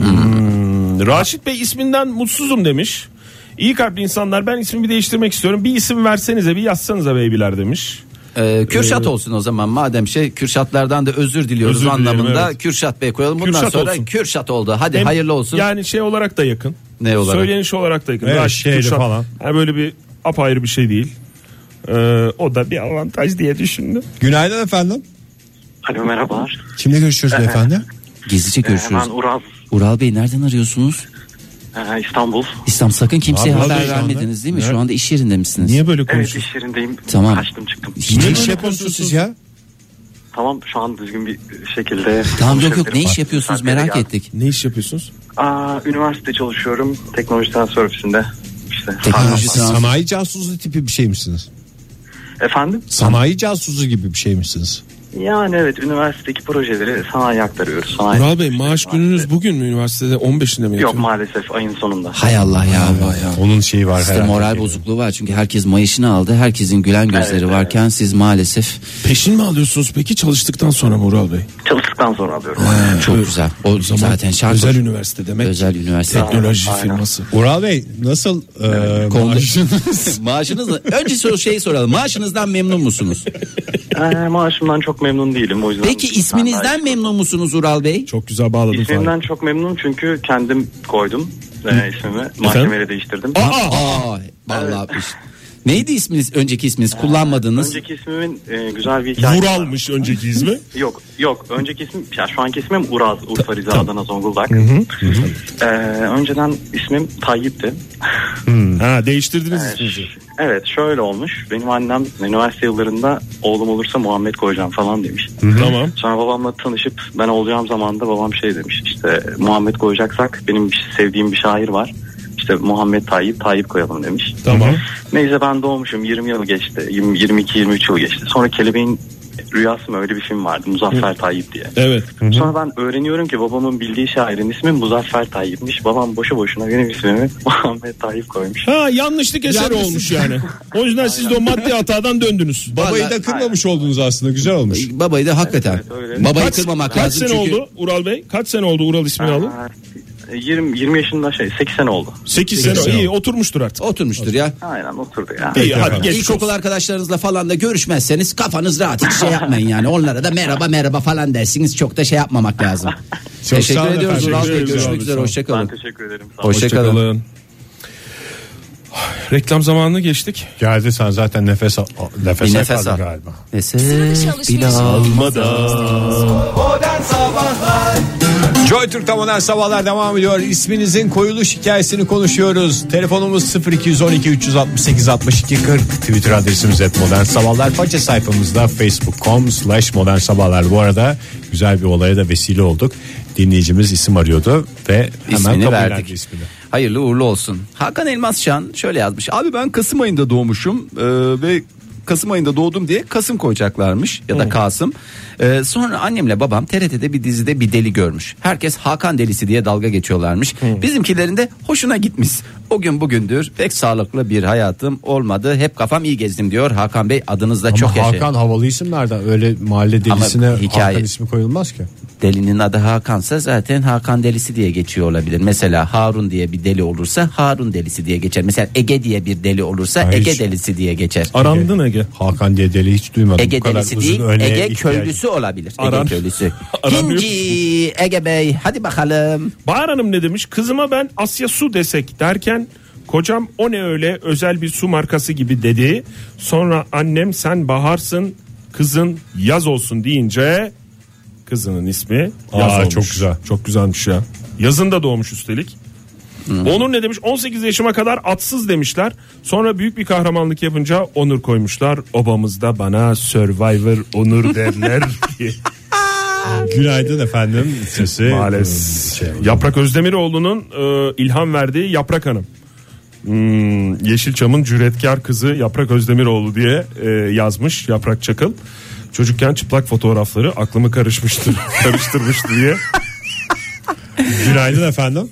Speaker 4: Raşit Bey isminden mutsuzum demiş. İyi kalpli insanlar, ben ismimi değiştirmek istiyorum. Bir isim versenize, bir yazsanıza beybiler demiş.
Speaker 3: Kürşat olsun o zaman, madem Kürşatlardan da özür diliyoruz
Speaker 4: özür
Speaker 3: anlamında.
Speaker 4: evet.
Speaker 3: Kürşat Bey koyalım. Bundan
Speaker 4: Kürşat
Speaker 3: sonra
Speaker 4: olsun.
Speaker 3: Kürşat oldu. Hadi hayırlı olsun.
Speaker 4: Yani şey olarak da yakın.
Speaker 3: Ne olarak?
Speaker 4: Söyleniş olarak da yakın.
Speaker 2: Evet,
Speaker 4: Raşit,
Speaker 2: şeyli
Speaker 4: Kürşat.
Speaker 2: falan.
Speaker 4: Yani böyle bir apayrı bir şey değil. O da bir avantaj diye düşündüm.
Speaker 2: Günaydın efendim.
Speaker 7: Alo, merhabalar.
Speaker 2: Kimle görüşüyoruz beyefendi?
Speaker 3: Gizlice görüşürüz.
Speaker 7: Ben Ural.
Speaker 3: Ural Bey nereden arıyorsunuz?
Speaker 7: İstanbul.
Speaker 3: İslam, sakın kimseye
Speaker 2: Abi,
Speaker 3: haber
Speaker 2: şu anda-
Speaker 3: vermediniz değil mi?
Speaker 2: Evet.
Speaker 3: Şu anda iş yerinde misiniz?
Speaker 4: Niye böyle
Speaker 7: Evet,
Speaker 4: konuşuyorsun?
Speaker 7: iş yerindeyim.
Speaker 3: Tamam.
Speaker 7: Kaçtım çıktım.
Speaker 2: Ne iş yapıyorsunuz siz ya?
Speaker 7: Tamam, şu an düzgün bir şekilde
Speaker 3: Tamam, yok ne
Speaker 7: konuşabilirim.
Speaker 3: iş yapıyorsunuz
Speaker 7: Saatleri
Speaker 3: merak
Speaker 7: geldi.
Speaker 3: ettik.
Speaker 4: Ne iş yapıyorsunuz?
Speaker 7: Üniversite çalışıyorum. Teknoloji transfer ofisinde. İşte.
Speaker 3: Teknoloji transfer-
Speaker 2: Sanayi casusu tipi bir şey misiniz?
Speaker 7: Efendim?
Speaker 2: Sanayi casusu gibi bir şey misiniz?
Speaker 7: Yani evet, üniversitedeki projeleri sanayiye aktarıyoruz. Sanayi.
Speaker 4: Ural Bey, maaş gününüz bugün mü üniversitede 15'inde mi
Speaker 7: Yok,
Speaker 4: yatıyor?
Speaker 7: maalesef ayın sonunda.
Speaker 3: Hay Allah ya.
Speaker 2: Onun şeyi var
Speaker 3: İşte
Speaker 2: herhalde.
Speaker 3: moral bozukluğu var çünkü herkes mayışını aldı. Herkesin gülen gözleri
Speaker 7: Evet,
Speaker 3: varken siz maalesef
Speaker 4: Peşin mi alıyorsunuz peki, çalıştıktan sonra mı Ural Bey?
Speaker 7: Çalıştıktan sonra alıyorum.
Speaker 3: çok güzel. O
Speaker 4: zaman
Speaker 3: zaten şart.
Speaker 4: özel üniversite demek.
Speaker 3: Özel üniversite.
Speaker 4: Teknoloji
Speaker 7: Aynen.
Speaker 4: firması.
Speaker 2: Ural Bey nasıl maaşınız?
Speaker 3: Maaşınız önce şeyi soralım. Maaşınızdan memnun musunuz?
Speaker 7: Maaşımdan çok memnun değilim. O yüzden
Speaker 3: Peki isminizden memnun musunuz Ural Bey?
Speaker 4: Çok güzel bağladın
Speaker 7: İsmimden
Speaker 4: falan.
Speaker 7: çok memnunum çünkü kendim koydum ismimi. Mahkemeyle değiştirdim.
Speaker 3: Vallahi neydi isminiz? Önceki isminiz kullanmadınız.
Speaker 7: Önceki ismimin güzel bir hikayesi var.
Speaker 4: Vuralmış önceki ismi.
Speaker 7: Yok önceki ismim, ya şu anki ismim Uraz, Urfa, Rize, Adana, Zonguldak. Önceden ismim Tayyip'ti.
Speaker 4: Değiştirdiniz isminizi.
Speaker 7: Evet, şöyle olmuş. Benim annem üniversite yıllarında oğlum olursa Muhammed koyacağım falan demiş.
Speaker 4: Tamam.
Speaker 7: Sonra babamla tanışıp ben olacağım zaman da babam şey demiş. İşte Muhammed koyacaksak benim sevdiğim bir şair var. İşte Muhammed Tayyip koyalım demiş.
Speaker 4: Tamam.
Speaker 7: Neyse ben doğmuşum, 20 yıl geçti. 22-23 yıl geçti. Sonra Kelebeğin Rüyası mı, öyle bir film vardı, Muzaffer Tayyip diye.
Speaker 4: Evet.
Speaker 7: Sonra ben öğreniyorum ki babamın bildiği şairin ismi Muzaffer Tayyip'miş. Babam boşu boşuna benim ismimi Muhammed Tayyip koymuş.
Speaker 4: Yanlışlık eseri olmuş yani. O yüzden siz de o maddi hatadan döndünüz.
Speaker 2: Babayı da kırmamış oldunuz aslında, güzel olmuş.
Speaker 3: Babayı da hakikaten.
Speaker 7: Evet, öyle.
Speaker 3: Babayı kırmamak
Speaker 4: Kaç
Speaker 3: lazım
Speaker 4: sene
Speaker 3: çünkü.
Speaker 4: oldu Ural Bey? Kaç sene oldu Ural ismini alın?
Speaker 7: 20 yaşında 8 sene oldu.
Speaker 4: 8 sene. İyi, oturmuştur artık.
Speaker 3: Oturmuştur ya.
Speaker 7: Aynen, oturdu ya.
Speaker 4: İyi, hadi geç.
Speaker 3: İlkokul arkadaşlarınızla falan da görüşmezseniz kafanız rahat, hiç şey yapmayın yani. Onlara da merhaba falan dersiniz, çok da şey yapmamak lazım.
Speaker 2: Çok sağ olun
Speaker 3: Teşekkür ediyoruz
Speaker 2: efendim.
Speaker 3: Ural Bey.
Speaker 4: Görüşürüz
Speaker 3: Görüşmek
Speaker 4: abi,
Speaker 3: üzere.
Speaker 4: sağ ol.
Speaker 3: Hoşçakalın.
Speaker 7: Ben teşekkür ederim. Sağ olun.
Speaker 3: Hoşçakalın.
Speaker 4: Reklam zamanına geçtik.
Speaker 2: Geldi, sen zaten nefes
Speaker 3: Nefes
Speaker 2: aldın
Speaker 3: al.
Speaker 2: galiba.
Speaker 3: Nefes bile
Speaker 2: Joy Türk'te modern sabahlar devam ediyor. İsminizin koyuluş hikayesini konuşuyoruz. Telefonumuz 0212 368 62 40. Twitter adresimiz @modern sabahlar. Faça sayfamızda facebook.com/modern sabahlar. Bu arada güzel bir olaya da vesile olduk. Dinleyicimiz isim arıyordu ve hemen
Speaker 3: İsmini
Speaker 2: kabullendi
Speaker 3: verdik.
Speaker 2: ismini.
Speaker 3: Hayırlı uğurlu olsun. Hakan Elmasşan şöyle yazmış. Abi ben Kasım ayında doğmuşum ve Kasım ayında doğdum diye Kasım koyacaklarmış ya da Kasım. Sonra annemle babam TRT'de bir dizide bir deli görmüş. Herkes Hakan delisi diye dalga geçiyorlarmış. Bizimkilerin de hoşuna gitmiş. O gün bugündür pek sağlıklı bir hayatım olmadı. Hep kafam iyi gezdim diyor Hakan Bey. Adınızda
Speaker 2: Ama
Speaker 3: çok yaşayın.
Speaker 2: Hakan havalı isimlerden, öyle mahalle delisine Hakan ismi koyulmaz ki.
Speaker 3: Delinin adı Hakan'sa zaten Hakan delisi diye geçiyor olabilir. Mesela Harun diye bir deli olursa Harun delisi diye geçer. Mesela Ege diye bir deli olursa Ege delisi diye geçer.
Speaker 4: Arandın Ege.
Speaker 2: Hakan diye deli hiç duymadım.
Speaker 3: Ege delisi değil, Ege köylüsü olabilir. Ege köylüsü. İkinci Ege Bey, hadi bakalım.
Speaker 4: Bahar Hanım ne demiş? Kızıma ben Asya Su desek derken kocam o ne öyle özel bir su markası gibi dedi. Sonra annem sen Bahar'sın, kızın Yaz olsun deyince kızının ismi Yaz olmuş.
Speaker 2: Çok güzel.
Speaker 4: Çok güzelmiş ya. Yazında doğmuş üstelik. Onur ne demiş? 18 yaşıma kadar atsız demişler. Sonra büyük bir kahramanlık yapınca Onur koymuşlar. Obamızda bana Survivor Onur derler diye.
Speaker 2: Günaydın efendim. Sesi.
Speaker 4: Maalesef. Yaprak Özdemiroğlu'nun ilham verdiği Yaprak Hanım. Yeşilçam'ın cüretkar kızı Yaprak Özdemiroğlu diye yazmış Yaprak Çakıl. Çocukken çıplak fotoğrafları aklımı karıştırmıştı diye.
Speaker 2: Günaydın efendim.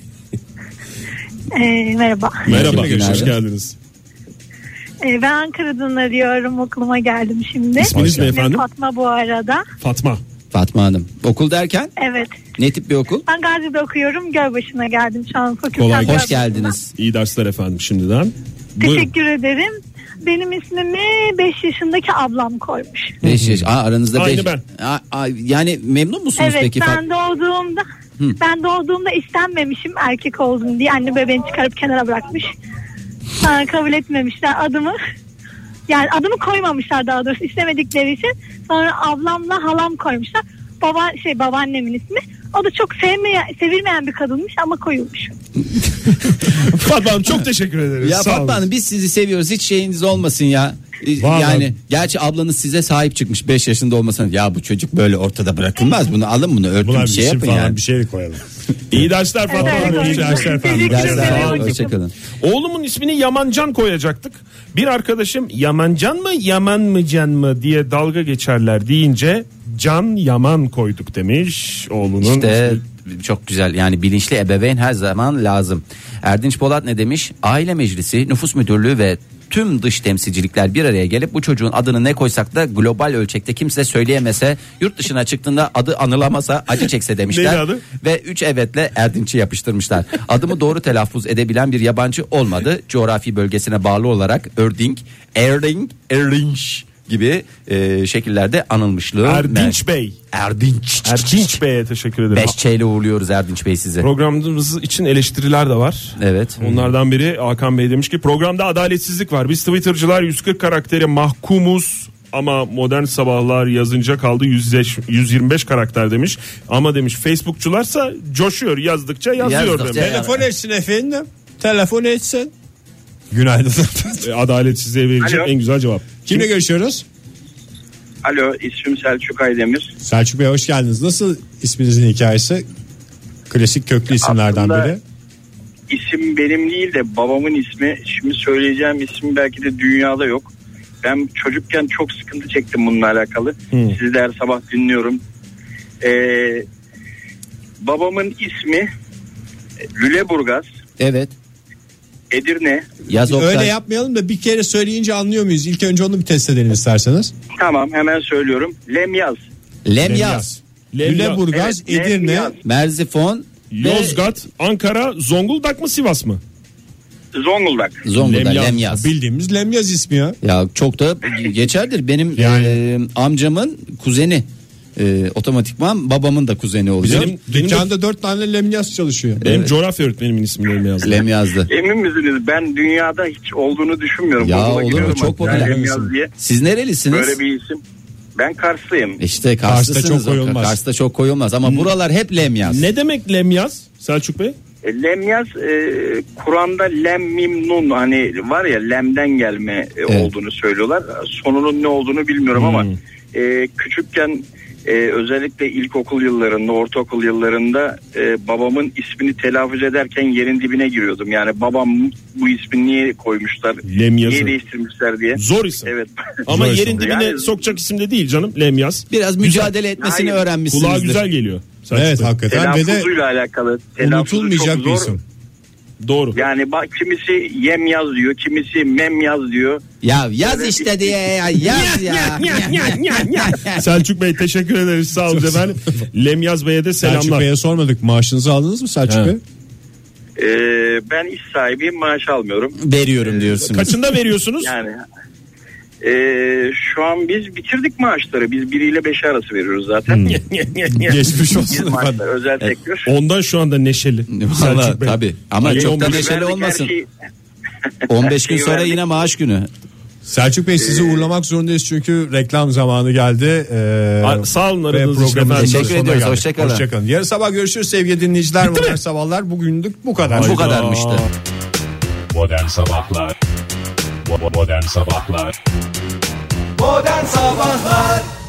Speaker 5: Merhaba.
Speaker 4: Merhaba, hoş geldiniz.
Speaker 5: Ben Ankara'dan arıyorum, okuluma geldim şimdi.
Speaker 4: İsminiz ne efendim?
Speaker 5: Fatma bu arada.
Speaker 4: Fatma
Speaker 3: Hanım. Okul derken?
Speaker 5: Evet.
Speaker 3: Ne tip bir okul?
Speaker 5: Ben Gazi'de okuyorum, Gölbaşı'na geldim şu an.
Speaker 4: Kolay
Speaker 3: Hoş geldiniz.
Speaker 4: İyi dersler efendim şimdiden.
Speaker 5: Teşekkür ederim. Benim ismimi 5 yaşındaki ablam koymuş.
Speaker 3: 5 yaş. Aranızda 5.
Speaker 4: Aynı ben.
Speaker 3: Yani memnun musunuz
Speaker 5: evet,
Speaker 3: peki?
Speaker 5: Ben doğduğumda istenmemişim erkek oldum diye. Anne bebeğini çıkarıp kenara bırakmış. Kabul etmemişler adımı. Yani adımı koymamışlar daha doğrusu istemedikleri için. Sonra ablamla halam koymuşlar. Babaannemin ismi. O da çok sevilmeyen bir kadınmış ama koyulmuş.
Speaker 4: Fatma Hanım çok teşekkür ederiz.
Speaker 3: Ya Fatma Hanım biz sizi seviyoruz. Hiç şeyiniz olmasın ya.
Speaker 2: Vallahi.
Speaker 3: Yani gerçi ablanız size sahip çıkmış 5 yaşında olmasın. Ya bu çocuk böyle ortada bırakılmaz. Bunu alın, bunu örtün, bir şey yapın yani.
Speaker 2: Bir şey koyalım.
Speaker 4: İyi dersler Fatma Hanım.
Speaker 2: İyi dersler efendim.
Speaker 3: Sağ olun, hoşçakalın.
Speaker 4: Oğlumun ismini Yamancan koyacaktık. Bir arkadaşım Yamancan mı Yaman mı Can mı diye dalga geçerler deyince Can Yaman koyduk demiş oğlunun
Speaker 3: İşte
Speaker 4: ismi.
Speaker 3: çok güzel, yani bilinçli ebeveyn her zaman lazım. Erdinç Polat ne demiş? Aile Meclisi, Nüfus Müdürlüğü ve tüm dış temsilcilikler bir araya gelip bu çocuğun adını ne koysak da global ölçekte kimse söyleyemese, yurt dışına çıktığında adı anılamasa acı çekse demişler.
Speaker 4: Neydi adı?
Speaker 3: Ve 3 evetle Erdinç'i yapıştırmışlar. Adımı doğru telaffuz edebilen bir yabancı olmadı. Coğrafi bölgesine bağlı olarak Erdinç gibi şekillerde anılmışlığı.
Speaker 4: Erdinç Bey. Erdinç Bey'e teşekkür ederim.
Speaker 3: 5 çeyle uğurluyoruz Erdinç Bey size.
Speaker 4: Programımız için eleştiriler de var.
Speaker 3: Evet.
Speaker 4: Onlardan biri Hakan Bey demiş ki programda adaletsizlik var. Biz Twitter'cılar 140 karaktere mahkumuz ama modern sabahlar yazınca kaldı 125 karakter demiş. Ama demiş Facebook'cularsa coşuyor, yazdıkça yazıyor demiş.
Speaker 2: Telefon etsin efendim. Telefon etsin. Günaydın.
Speaker 4: Adaletsizliğe verilecek en güzel cevap.
Speaker 2: Kimle görüşüyoruz?
Speaker 8: Alo, ismim Selçuk Aydemir.
Speaker 2: Selçuk Bey hoş geldiniz. Nasıl isminizin hikayesi? Klasik köklü isimlerden
Speaker 8: Aslında
Speaker 2: biri.
Speaker 8: İsim benim değil de babamın ismi. Şimdi söyleyeceğim isim belki de dünyada yok. Ben çocukken çok sıkıntı çektim bununla alakalı. Sizi de her sabah dinliyorum. Babamın ismi Lüleburgaz.
Speaker 3: Evet.
Speaker 8: Edirne.
Speaker 2: Öyle yapmayalım da bir kere söyleyince anlıyor muyuz? İlk önce onu bir test edelim isterseniz.
Speaker 8: Tamam, hemen söylüyorum. Lemyaz.
Speaker 2: Lüleburgaz,
Speaker 8: Evet,
Speaker 2: Edirne,
Speaker 8: Lemyaz.
Speaker 3: Merzifon,
Speaker 4: Yozgat, Ankara, Zonguldak mı Sivas mı?
Speaker 8: Zonguldak.
Speaker 3: Lemyaz.
Speaker 2: Bildiğimiz Lemyaz ismi ya.
Speaker 3: Ya çok da geçerdir. Benim amcamın kuzeni. Otomatikman babamın da kuzeni oluyor.
Speaker 4: Benim
Speaker 2: Dükkanda 4 tane Lemyaz çalışıyor.
Speaker 4: Benim coğrafya öğretmenimin ismi Lemyaz'dı.
Speaker 3: Lemyaz'dı.
Speaker 8: Emin misiniz? Ben dünyada hiç olduğunu düşünmüyorum.
Speaker 3: Ya
Speaker 8: Google'a
Speaker 3: olur mu?
Speaker 8: giriyorum
Speaker 3: Çok
Speaker 8: hatta,
Speaker 3: popüler.
Speaker 8: Lemyaz diye.
Speaker 3: Siz nerelisiniz?
Speaker 8: Böyle bir isim. Ben Karslıyım.
Speaker 3: İşte
Speaker 2: Kars'ta
Speaker 3: Karslısınız.
Speaker 2: çok koyulmaz.
Speaker 3: Kars'ta çok koyulmaz ama buralar hep Lemyaz.
Speaker 4: Ne demek Lemyaz Selçuk Bey?
Speaker 8: Lemyaz Kur'an'da lem mim nun hani var ya lemden gelme olduğunu söylüyorlar. Sonunun ne olduğunu bilmiyorum ama küçükken özellikle ilkokul yıllarında, ortaokul yıllarında babamın ismini telaffuz ederken yerin dibine giriyordum. Yani babam bu ismi niye koymuşlar,
Speaker 4: Lemyaz'ı.
Speaker 8: niye değiştirmişler diye.
Speaker 4: Zor isim.
Speaker 8: Evet.
Speaker 4: Ama
Speaker 2: Zor
Speaker 4: yerin
Speaker 2: isim.
Speaker 4: dibine
Speaker 8: Yani-
Speaker 4: sokacak isim de değil canım Lemyaz.
Speaker 3: Biraz mücadele etmesini
Speaker 8: Hayır.
Speaker 3: öğrenmişsinizdir.
Speaker 4: Kulağa güzel geliyor. Selçuk
Speaker 2: Evet
Speaker 4: Bey.
Speaker 2: hakikaten ve de
Speaker 8: Telaffuzuyla alakalı. Telaffuzu
Speaker 2: unutulmayacak
Speaker 8: çok
Speaker 2: bir
Speaker 8: zor.
Speaker 2: isim.
Speaker 4: Doğru.
Speaker 8: Yani kimisi yem yaz diyor, kimisi mem yaz diyor.
Speaker 3: Ya yaz işte diye ya, yaz ya.
Speaker 4: Selçuk Bey teşekkür ederiz, sağ olun efendim. Lemyaz Bey'e de selamlar.
Speaker 2: Selçuk Bey'e sormadık, maaşınızı aldınız mı Selçuk Bey?
Speaker 8: Ben iş sahibiyim, maaş almıyorum.
Speaker 3: Veriyorum diyorsunuz.
Speaker 4: Kaçında veriyorsunuz?
Speaker 8: Yani şu an biz bitirdik maaşları. Biz 1 ile 5 arası veriyoruz zaten.
Speaker 2: Geçmiş
Speaker 8: Biz
Speaker 2: olsun efendim.
Speaker 8: maaşlar özel sektör.
Speaker 4: Ondan şu anda neşeli.
Speaker 3: Valla
Speaker 4: Selçuk Bey.
Speaker 3: tabii ama
Speaker 4: Ay,
Speaker 3: çok da
Speaker 4: 15
Speaker 3: neşeli
Speaker 8: Verdik
Speaker 3: olmasın.
Speaker 8: her şeyi.
Speaker 3: 15 gün
Speaker 8: şeyi
Speaker 3: sonra
Speaker 8: verdik.
Speaker 3: yine maaş günü.
Speaker 2: Selçuk Bey sizi uğurlamak zorundayız çünkü reklam zamanı geldi.
Speaker 4: Sağ olun
Speaker 2: Ve
Speaker 4: aradığınız için
Speaker 2: programımızın
Speaker 4: efendim.
Speaker 3: Teşekkür
Speaker 2: sonuna
Speaker 3: ediyoruz,
Speaker 2: geldik.
Speaker 3: hoşçakalın.
Speaker 2: Hoşçakalın. Yarın sabah görüşürüz sevgili dinleyiciler. Modern Sabahlar bugünlük bu kadar.
Speaker 3: Bu kadarmıştı.
Speaker 9: Modern Sabahlar. Modern Sabahlar.
Speaker 6: Modern Sabahlar